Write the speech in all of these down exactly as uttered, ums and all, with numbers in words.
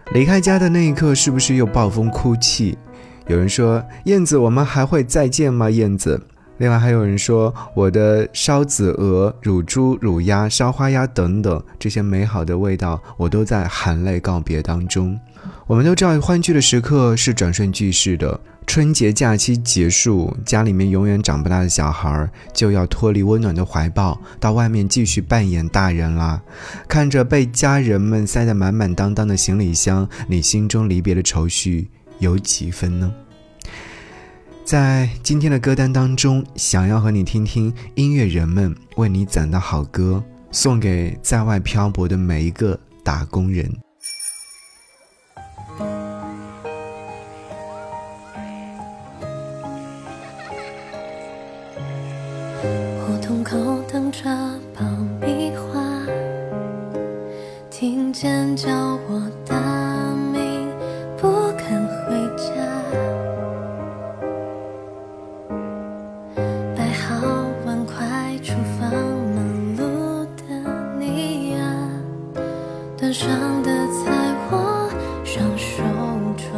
离开家的那一刻，是不是又暴风哭泣？有人说，燕子，我们还会再见吗？燕子。另外还有人说，我的烧子鹅、乳猪、乳鸭、烧花鸭等等，这些美好的味道，我都在含泪告别当中。我们都知道，欢聚的时刻是转瞬即逝的。春节假期结束，家里面永远长不大的小孩就要脱离温暖的怀抱，到外面继续扮演大人啦。看着被家人们塞得满满当当的行李箱，你心中离别的愁绪有几分呢？在今天的歌单当中，想要和你听听音乐人们为你攒的好歌，送给在外漂泊的每一个打工人。 我洞口等着爆米花，听见叫我大名，不肯回家。摆好碗筷，厨房忙碌的你啊，端上的菜我双手抓。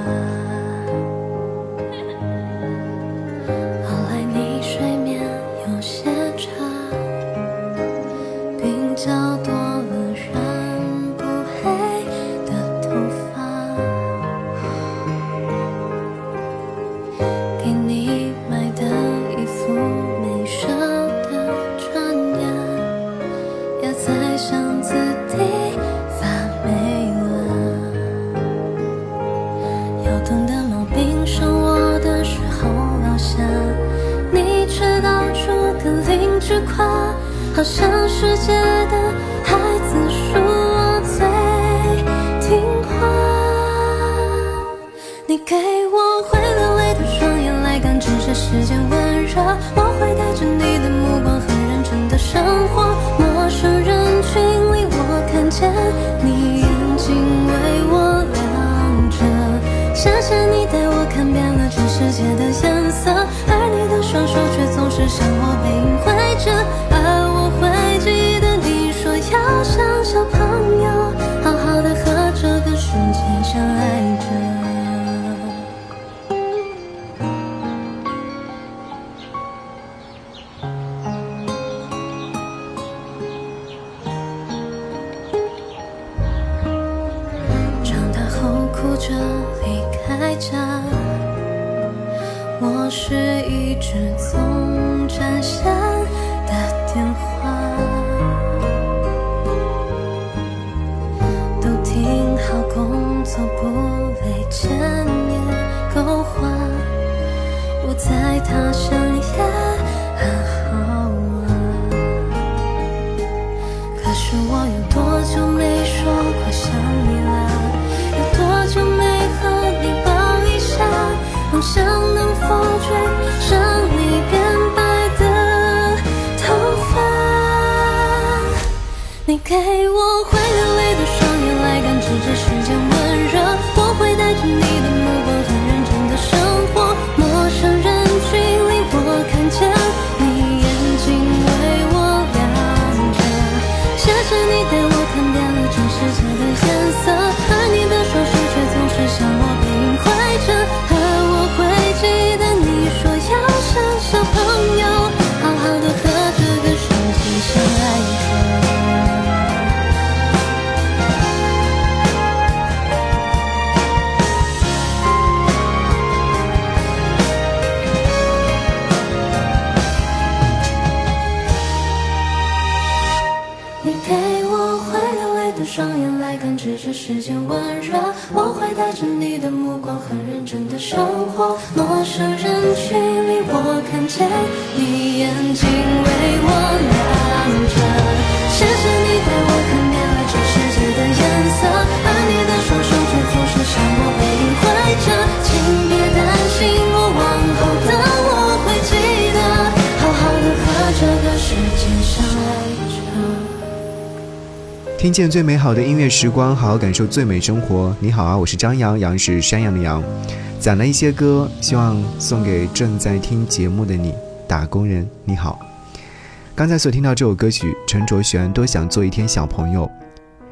后来你睡眠有些差，鬓角多了染不黑的头发，给你买的衣服没舍得穿呀，压在箱子底发霉了。腰疼的毛病生我的时候落下，你却到处跟邻居夸，好像世界的孩子属我最听话。你给我会流泪的双眼来感知这世间温热，我会带着你的目光很认真的生活。陌生人群里我看见你眼睛为我亮着，谢谢你带我看遍了这世界的颜色，而你的双手却总是向我背影挥着。而我会记得你说要像小朋友，好好的和这个世界相爱着。长大后哭着离开家，我是一直总占线的电话，都挺好，工作不累，钱也够花，我在他乡也很好啊。可是我有多久没说过想你啦？有多久没和你抱一下？梦想能否追上你变白的头发？你给我会流泪的双眼来感知这世间温热，我会带着你的目光很认真的生活。陌生人群里我看见你眼睛为我亮着，谢谢你带我看遍了这世界的颜色，而你的双手却总是向我背影挥着。而我会记得你说要像小朋友，好好的和这个世界相爱着。你给我会流泪的双眼来感知这世间温热，我会带着你的目光很认真的生活。陌生人群里我看见你眼睛为我亮着，谢谢你带我看遍了这世界的颜色，而你的双手却总是向我背影挥着。请别担心我，往后的我会记得，好好的和这个世界相爱着。 听见最美好的音乐时光，好好感受最美生活。你好啊，我是张扬，杨是山羊的羊。攒了一些歌，希望送给正在听节目的你，打工人你好。刚才所听到这首歌曲，陈卓璇多想做一天小朋友。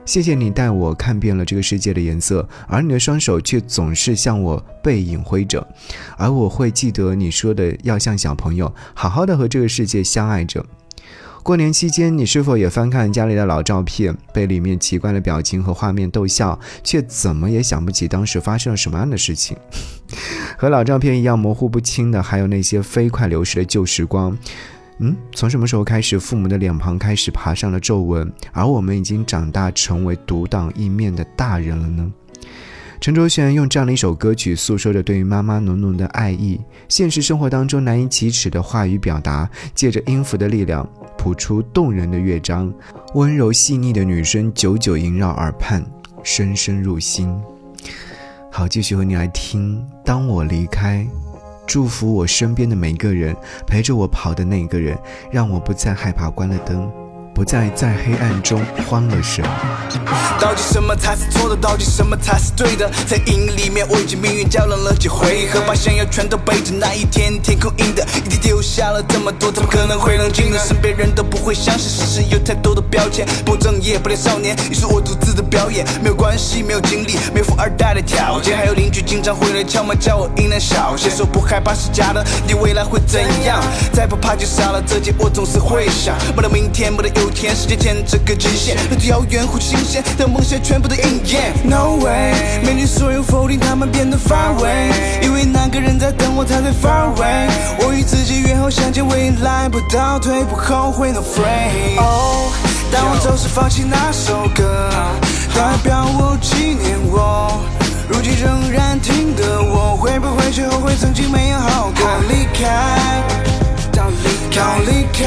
谢谢你带我看遍了这个世界的颜色，而你的双手却总是向我背影挥着，而我会记得你说的要像小朋友，好好的和这个世界相爱着。过年期间，你是否也翻看家里的老照片，被里面奇怪的表情和画面逗笑，却怎么也想不起当时发生了什么样的事情？和老照片一样模糊不清的，还有那些飞快流逝的旧时光。嗯，从什么时候开始，父母的脸庞开始爬上了皱纹，而我们已经长大，成为独当一面的大人了呢？陈卓璇用这样的一首歌曲诉说着对于妈妈浓浓的爱意，现实生活当中难以启齿的话语表达，借着音符的力量谱出动人的乐章，温柔细腻的女声久久萦绕耳畔，深深入心。好，继续和你来听当我离开，祝福我身边的每个人，陪着我跑的那个人，让我不再害怕关了灯，不再在黑暗中慌了神。 到底什么才是错的，到底什么才是对的，在阴影里面我已经命运较量了几回合，把想要全都背着，那一天天空阴的，一天丢下了这么多，怎么可能会冷静呢？身边人都不会相信，事实有太多的标签，不正业不良少年，你是我独自的表演，没有关系，没有经历，没有富二代的条件，还有邻居经常会来敲门叫我音量小些，说不害怕是假的，你未来会怎样？再不怕就傻了，这些我总是会想，没得明天，没得有天，世界牵这个极限，路途遥远或新鲜，但梦想全部都应验。No way， 面对所有否定，他们变得乏味，因为那个人在等我，他在 far away。我与自己约好相见未来，不倒退，不后悔 ，no afraid。哦，当我走时放弃那首歌，代表我纪念我，如今仍然听得我，会不会去后悔曾经没有好过？离开，当离开，当离开，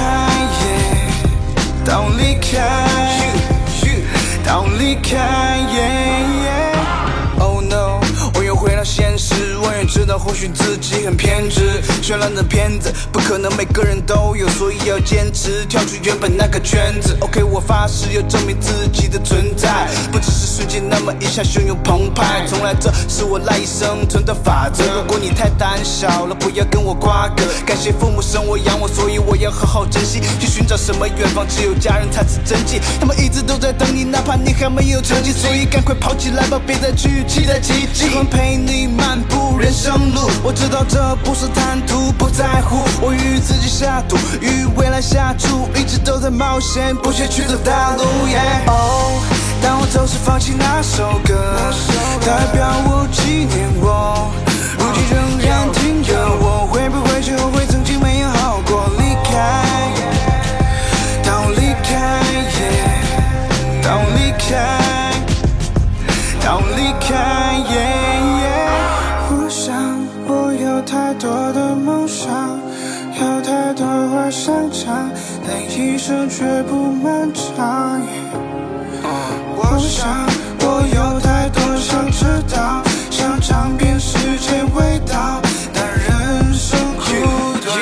yeah， 当离开。当离开 yeah, yeah. Oh no， 我又回到现实，我也知道或许自己很偏执，绚烂的片子不可能每个人都有，所以要坚持跳出原本那个圈子。 OK， 我发誓要证明自己的存在，不只是瞬间那么一下汹涌澎湃，从来这是我赖以生存的法则。如果你太胆小了，不要跟我瓜葛，感谢父母生我养我，所以我要好好珍惜，去寻找什么远方，只有家人才是真谛，他们一直都在等你，哪怕你还没有成绩，所以赶快跑起来吧，别再去期待奇迹。喜欢陪你漫步人生路，我知道这不是贪图，不在乎，我与自己下赌，与未来下注，一直都在冒险，不屑去走大路 yeah。 哦，当我走时放弃那首歌，代表我纪念我，如今仍然听着我，会不会去后悔曾经没有好过？离开，当离开 yeah， 当离开，当离开 yeah, yeah。 我想我有太多的梦想，有太多话想讲，但一生却不漫长。我想我有太多想知道，想尝遍世界味道，但人生苦短。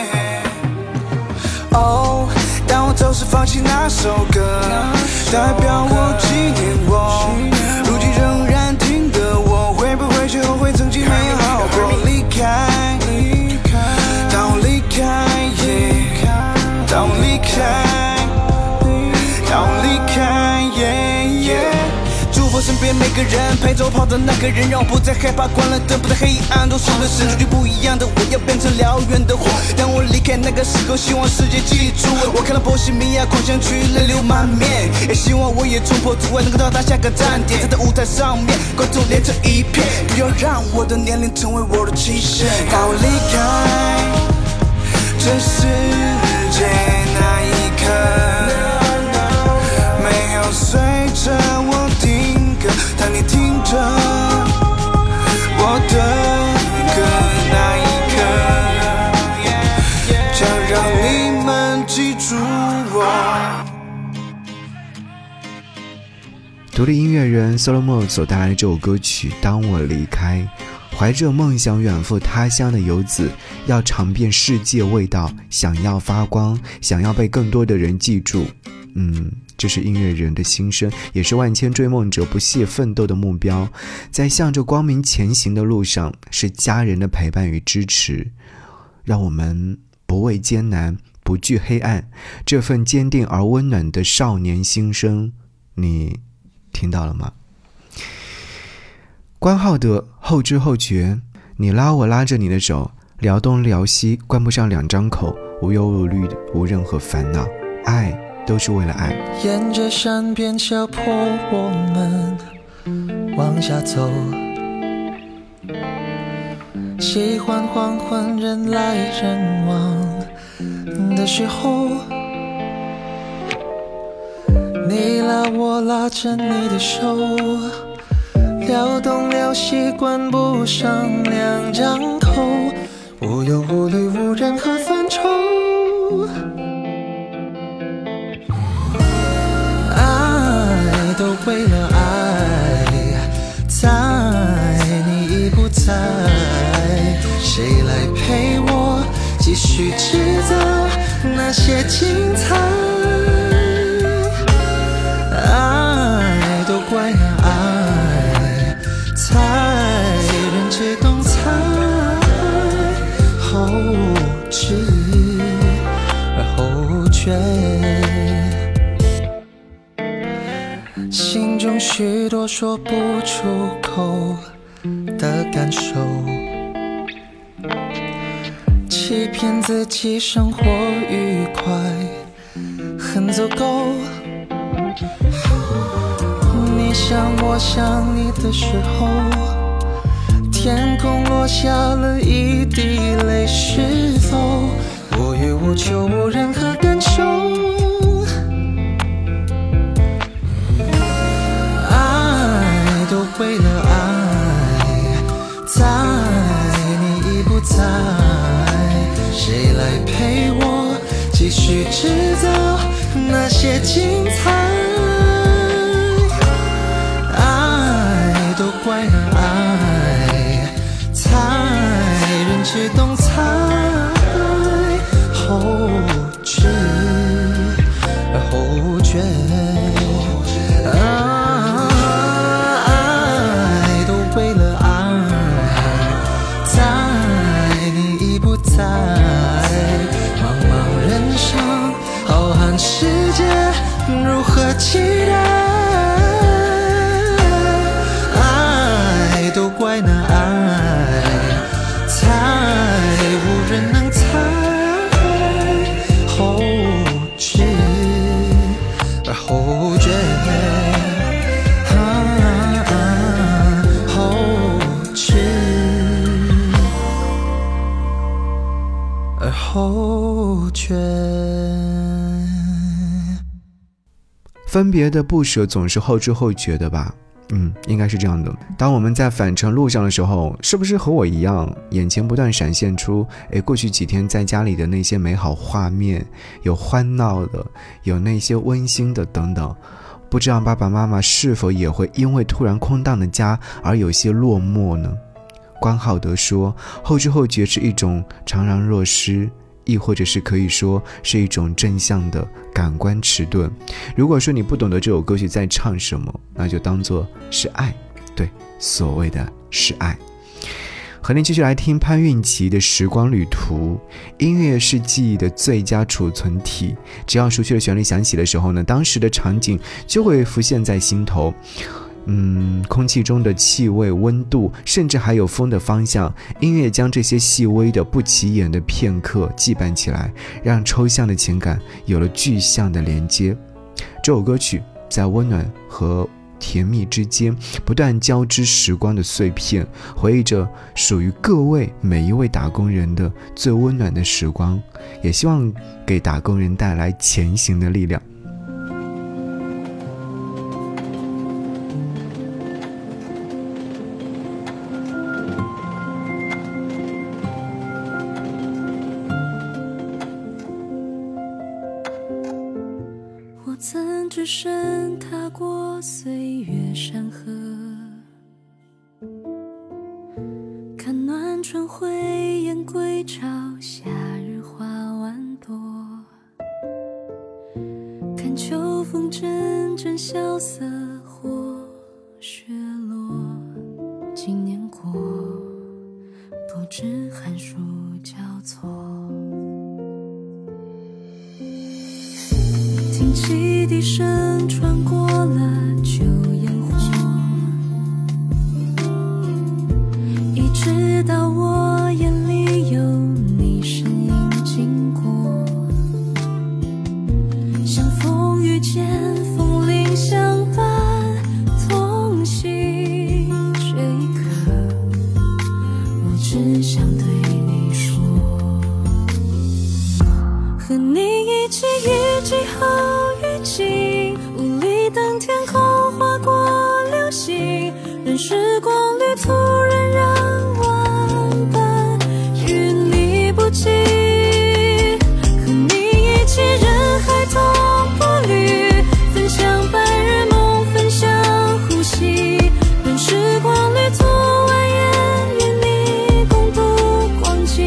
哦，当我走时放弃那首歌，代表我纪念我，如今仍然听得我，会不会去后悔曾经没有好过？离开，当离开 yeah， 当离开，当离开 yeah, yeah。 祝福身边每个人，陪着我跑的那个人，让我不再害怕关了灯，不在黑暗中数的神出去不一样的我，要变成燎原的火。当我离开那个时候，希望世界记住我，看到波西米亚狂想曲泪流满面，也希望我也冲破阻碍，能够到达下个站点，站在舞台上面，观众连成一片，不要让我的年龄成为我的极限。当我离开这世界那一刻，没有随着我听歌，但你听着我的歌那一刻，想让你们记住我。 独立音乐人 Solomon 所带来的这首歌曲《当我离开》，怀着梦想远赴他乡的游子，要尝遍世界味道，想要发光，想要被更多的人记住。嗯，这是音乐人的心声，也是万千追梦者不懈奋斗的目标。在向着光明前行的路上，是家人的陪伴与支持，让我们不畏艰难，不惧黑暗。这份坚定而温暖的少年心声，你听到了吗？关浩的后知后觉，你拉我拉着你的手，聊东聊西，关不上两张口，无忧无虑，无任何烦恼，爱都是为了爱。 沿着山边小坡我们往下走，喜欢黄昏人来人往的时候，你拉我拉着你的手，聊东聊西，关不上两张口，无忧无虑，无任何烦愁。爱都为了爱，在你已不在，谁来陪我继续制造那些精彩？爱都怪那爱，才人知懂猜，后知而后觉，心中许多说不出口的感受，欺骗自己生活愉快很足够。你想我想你的时候，天空落下了一滴泪，是否无欲无求，无任何感受？爱都为了爱，在你已不在，谁来陪我继续制造那些精彩？爱都怪那爱，才人知懂猜，后知而后觉。啊，爱都为了爱，在你已不在，茫茫人生，浩瀚世界，如何期待？爱都怪那爱，才无人能猜，后知而后觉。啊，后知而后觉。 分别的不舍总是后知后觉的吧。嗯，应该是这样的。当我们在返程路上的时候，是不是和我一样，眼前不断闪现出诶过去几天在家里的那些美好画面，有欢闹的，有那些温馨的等等。不知道爸爸妈妈是否也会因为突然空荡的家而有些落寞呢？关浩德说，后知后觉是一种怅然若失，亦或者是可以说是一种正向的感官迟钝。如果说你不懂得这首歌曲在唱什么，那就当作是爱，对，所谓的是爱。和您继续来听潘韵琪的时光旅途。音乐是记忆的最佳储存体，只要熟悉的旋律响起的时候呢，当时的场景就会浮现在心头。嗯，空气中的气味、温度，甚至还有风的方向，音乐将这些细微的不起眼的片刻羁绊起来，让抽象的情感有了具象的连接。这首歌曲在温暖和甜蜜之间不断交织时光的碎片，回忆着属于各位每一位打工人的最温暖的时光，也希望给打工人带来前行的力量。 我曾只身踏过岁月山河，看暖春晖雁归巢，夏日花万朵，看秋风阵阵萧瑟，或雪落。今年过，不知寒暑交错，听汽笛声穿过了旧烟直到我眼里有你身影经过，像风遇见风铃相伴同行，这一刻我只想对你说，和你一起雨季后雨季，雾里等天空划过流星，任时光旅途荏苒万般与你不及，和你一起人海同步履，分享白日梦，分享呼吸，任时光旅途蜿蜒，与你共度光景。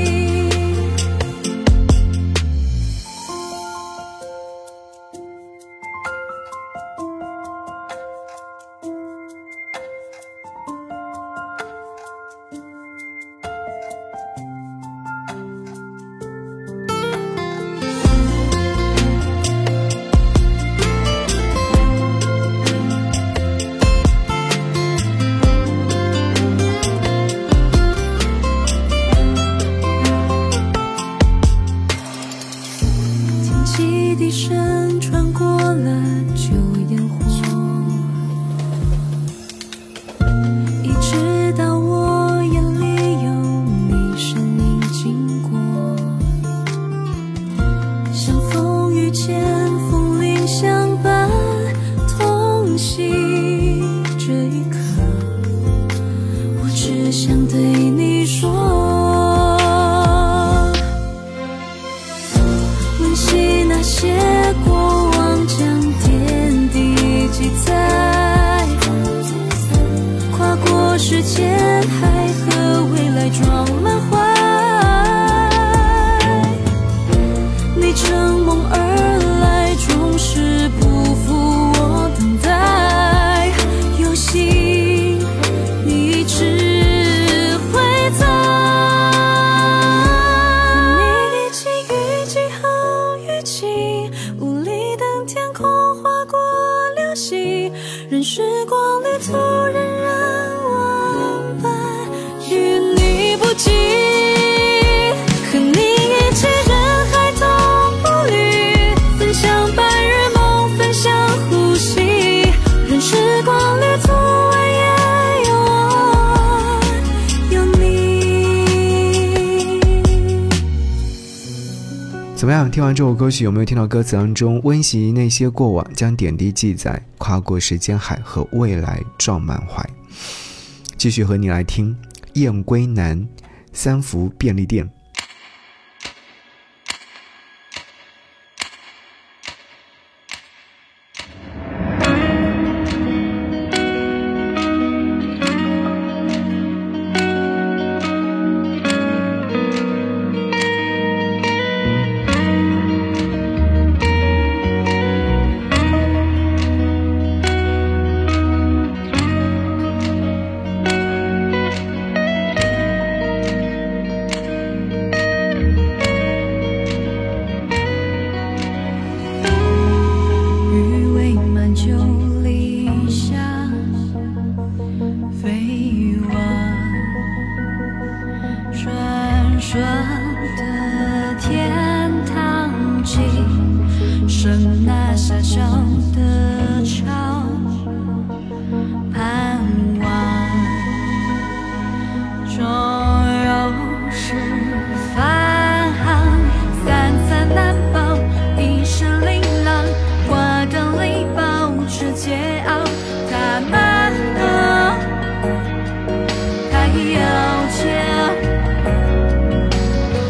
听汽笛声穿过了旧烟火，一直到我眼里有你身影经过，像风遇见风铃相伴同行，这一刻我只想对你说，温习那些过往，将点滴记载，跨过时间海和未来装满怀，你乘梦而来，总是不负我等待，有心你一直会在，和你一起雨季后雨季，雾里等天空划过流星，任时光旅途荏苒万般与你不及，和你一起人海同步履，分享白日梦，分享呼吸，任时光旅途蜿蜒，有我有你。 怎么样？听完这首歌曲，有没有听到歌词当中温习那些过往，将点滴记载，跨过时间海和未来撞满怀？继续和你来听燕归南，三福便利店。 余味满酒里香，飞往传说的天堂际，生那狭小的巢，盼望终有时返航，三餐难饱，一身琳琅，挂灯里保持桀骜，他们都太要强，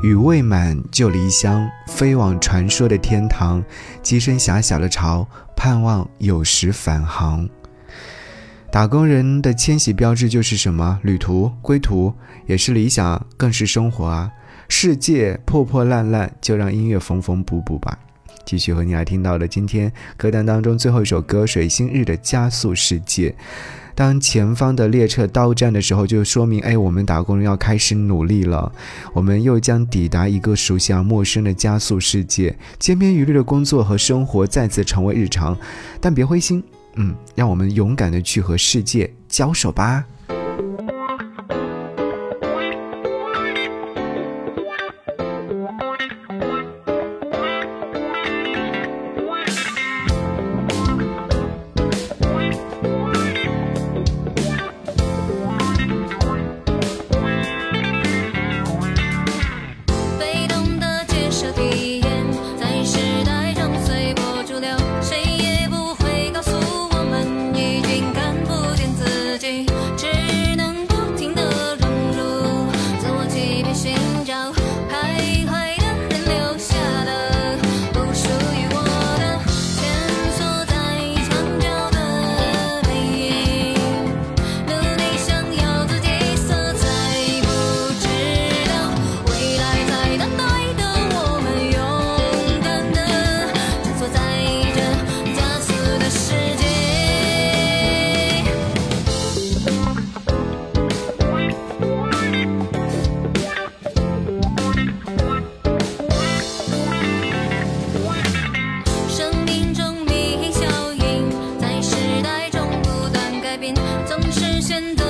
雨未满就离乡，飞往传说的天堂，跻身狭小的巢，盼望有时返航。打工人的迁徙标志就是什么？旅途、归途，也是理想，更是生活啊！世界破破烂烂，就让音乐缝缝补补吧。继续和你来听到的今天歌单当中最后一首歌，水星日的加速世界。当前方的列车到站的时候，就说明哎，我们打工人要开始努力了，我们又将抵达一个熟悉而陌生的加速世界，千篇一律的工作和生活再次成为日常。但别灰心，嗯，让我们勇敢的去和世界交手吧。 总是选择